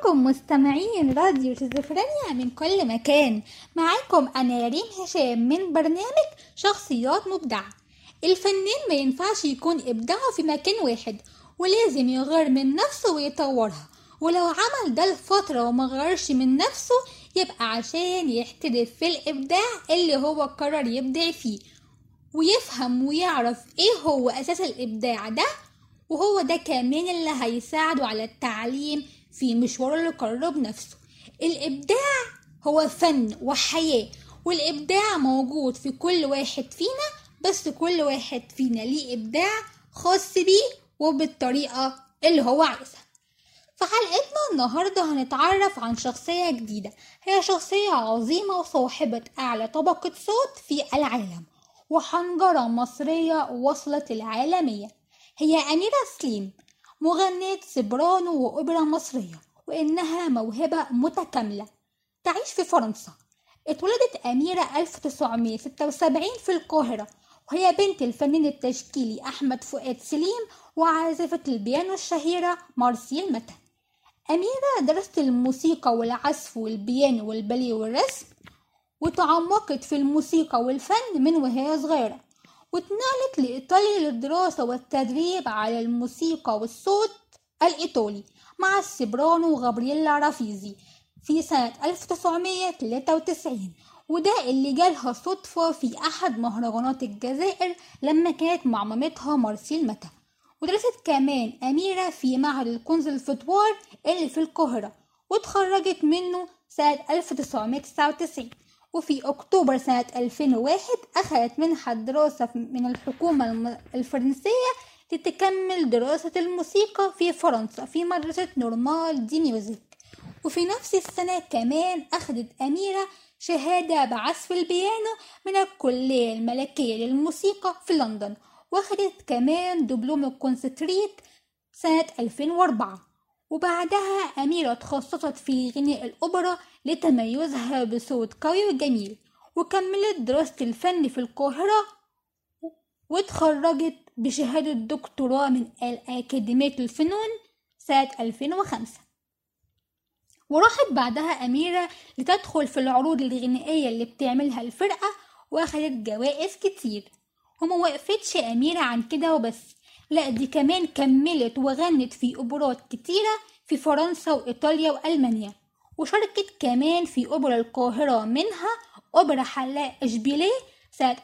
بكم مستمعين راديو شيزوفرينيا من كل مكان. معاكم أنا ريم هشام من برنامج شخصيات مبدعة. الفنان ما ينفعش يكون إبداعه في مكان واحد، ولازم يغير من نفسه ويطورها، ولو عمل ده لفترة وما غيرش من نفسه يبقى عشان يحترف في الإبداع اللي هو قرر يبدع فيه، ويفهم ويعرف ايه هو أساس الإبداع ده، وهو ده كمان اللي هيساعده على التعليم في مشواره اللي قرره بنفسه. الإبداع هو فن وحياة، والإبداع موجود في كل واحد فينا، بس كل واحد فينا ليه إبداع خاص بيه وبالطريقة اللي هو عايزها. في حلقتنا النهاردة هنتعرف عن شخصية جديدة، هي شخصية عظيمة وصاحبة أعلى طبقة صوت في العالم، وحنجرة مصرية وصلت العالمية. هي أميرة سليم، مغنية سوبرانو وأوبرا مصرية، وإنها موهبة متكاملة. تعيش في فرنسا. اتولدت أميرة 1976 في القاهرة، وهي بنت الفنان التشكيلي أحمد فؤاد سليم وعازفة البيانو الشهيرة مارسيل متى. أميرة درست الموسيقى والعزف والبيانو والباليه والرسم، وتعمقت في الموسيقى والفن من وهي صغيرة، واتنقلت لإيطاليا للدراسة والتدريب على الموسيقى والصوت الإيطالي مع السوبرانو غابرييلا رافيزي في سنة 1993، وده اللي جالها صدفة في أحد مهرجانات الجزائر لما كانت مع مامتها مارسيل متى. ودرست كمان أميرة في معهد الكونسرفتوار اللي في القاهرة، واتخرجت منه سنة 1999. وفي أكتوبر سنة 2001 أخذت منحة دراسة من الحكومة الفرنسية لتكمل دراسة الموسيقى في فرنسا في مدرسة نورمال دي ميوزك. وفي نفس السنة كمان أخذت أميرة شهادة بعزف البيانو من الكلية الملكية للموسيقى في لندن، وأخذت كمان دبلوم الكونسرتريت سنة 2004. وبعدها أميرة تخصصت في غناء الأوبرا لتميزها بصوت قوي وجميل، وكملت دراسة الفن في القاهرة، واتخرجت بشهادة دكتوراه من أكاديمية الفنون سنة 2005. وراحت بعدها أميرة لتدخل في العروض الغنائية اللي بتعملها الفرقة، وأخذت جوائز كتير. وما وقفتش أميرة عن كده وبس، لا دي كمان كملت وغنت في أوبرات كتيرة في فرنسا وإيطاليا وألمانيا، وشاركت كمان في أوبرا القاهرة، منها أوبرا حلاق إشبيلية سنة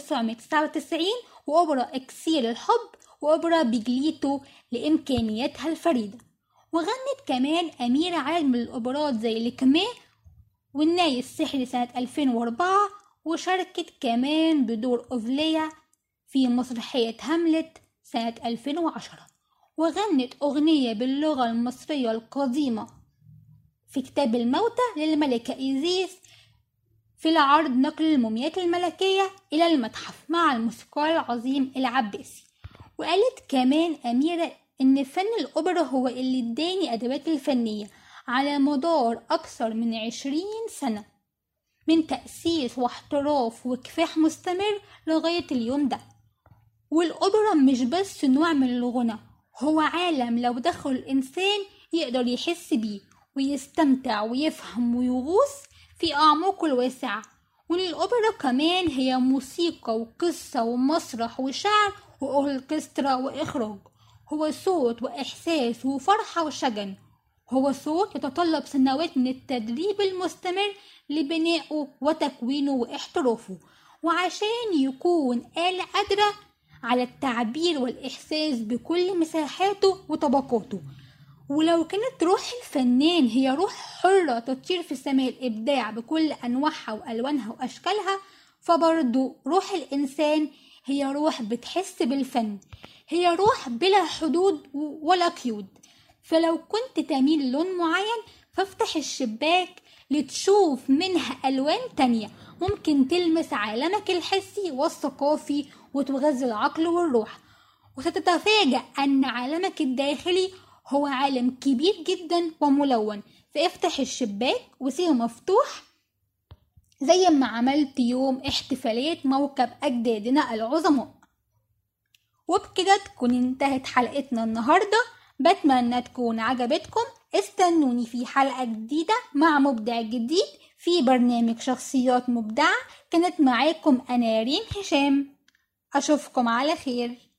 1999، وأوبرا إكسير الحب، وأوبرا بيجليتو لإمكانياتها الفريدة. وغنت كمان أميرة عدد من الأوبرات زي لكميه والناي السحري سنة 2004، وشاركت كمان بدور أوفليا في مسرحية هاملت سنة 2010. وغنت أغنية باللغة المصرية القديمة في كتاب الموتى للملكة إيزيس في العرض نقل الموميات الملكية إلى المتحف مع الموسيقار العظيم العباسي. وقالت كمان أميرة إن فن الأوبرا هو اللي اداني أدوات الفنية على مدار أكثر من 20 سنة من تأسيس واحتراف وكفاح مستمر لغاية اليوم ده. والأوبرا مش بس نوع من الغنى، هو عالم لو دخل الإنسان يقدر يحس بيه ويستمتع ويفهم ويغوص في أعماقه الواسعة. والأوبرا كمان هي موسيقى وقصة ومسرح وشعر وأوركسترا وإخراج، هو صوت وإحساس وفرحة وشجن، هو صوت يتطلب سنوات من التدريب المستمر لبنائه وتكوينه واحترافه، وعشان يكون آلة قادرة على التعبير والإحساس بكل مساحاته وطبقاته. ولو كانت روح الفنان هي روح حرة تطير في سماء الإبداع بكل أنواعها وألوانها وأشكالها، فبرضو روح الإنسان هي روح بتحس بالفن، هي روح بلا حدود ولا قيود. فلو كنت تميل لون معين فافتح الشباك لتشوف منها ألوان تانية ممكن تلمس عالمك الحسي والثقافي وتغذي العقل والروح، وستتفاجأ أن عالمك الداخلي هو عالم كبير جدا وملون. فافتح الشباك وسيبه مفتوح زي ما عملت يوم احتفالية موكب أجدادنا العظماء. وبكده تكون انتهت حلقتنا النهاردة، بتمنى تكون عجبتكم. استنوني في حلقة جديدة مع مبدع جديد في برنامج شخصيات مبدعة. كانت معاكم أنا ريم هشام، أشوفكم على خير.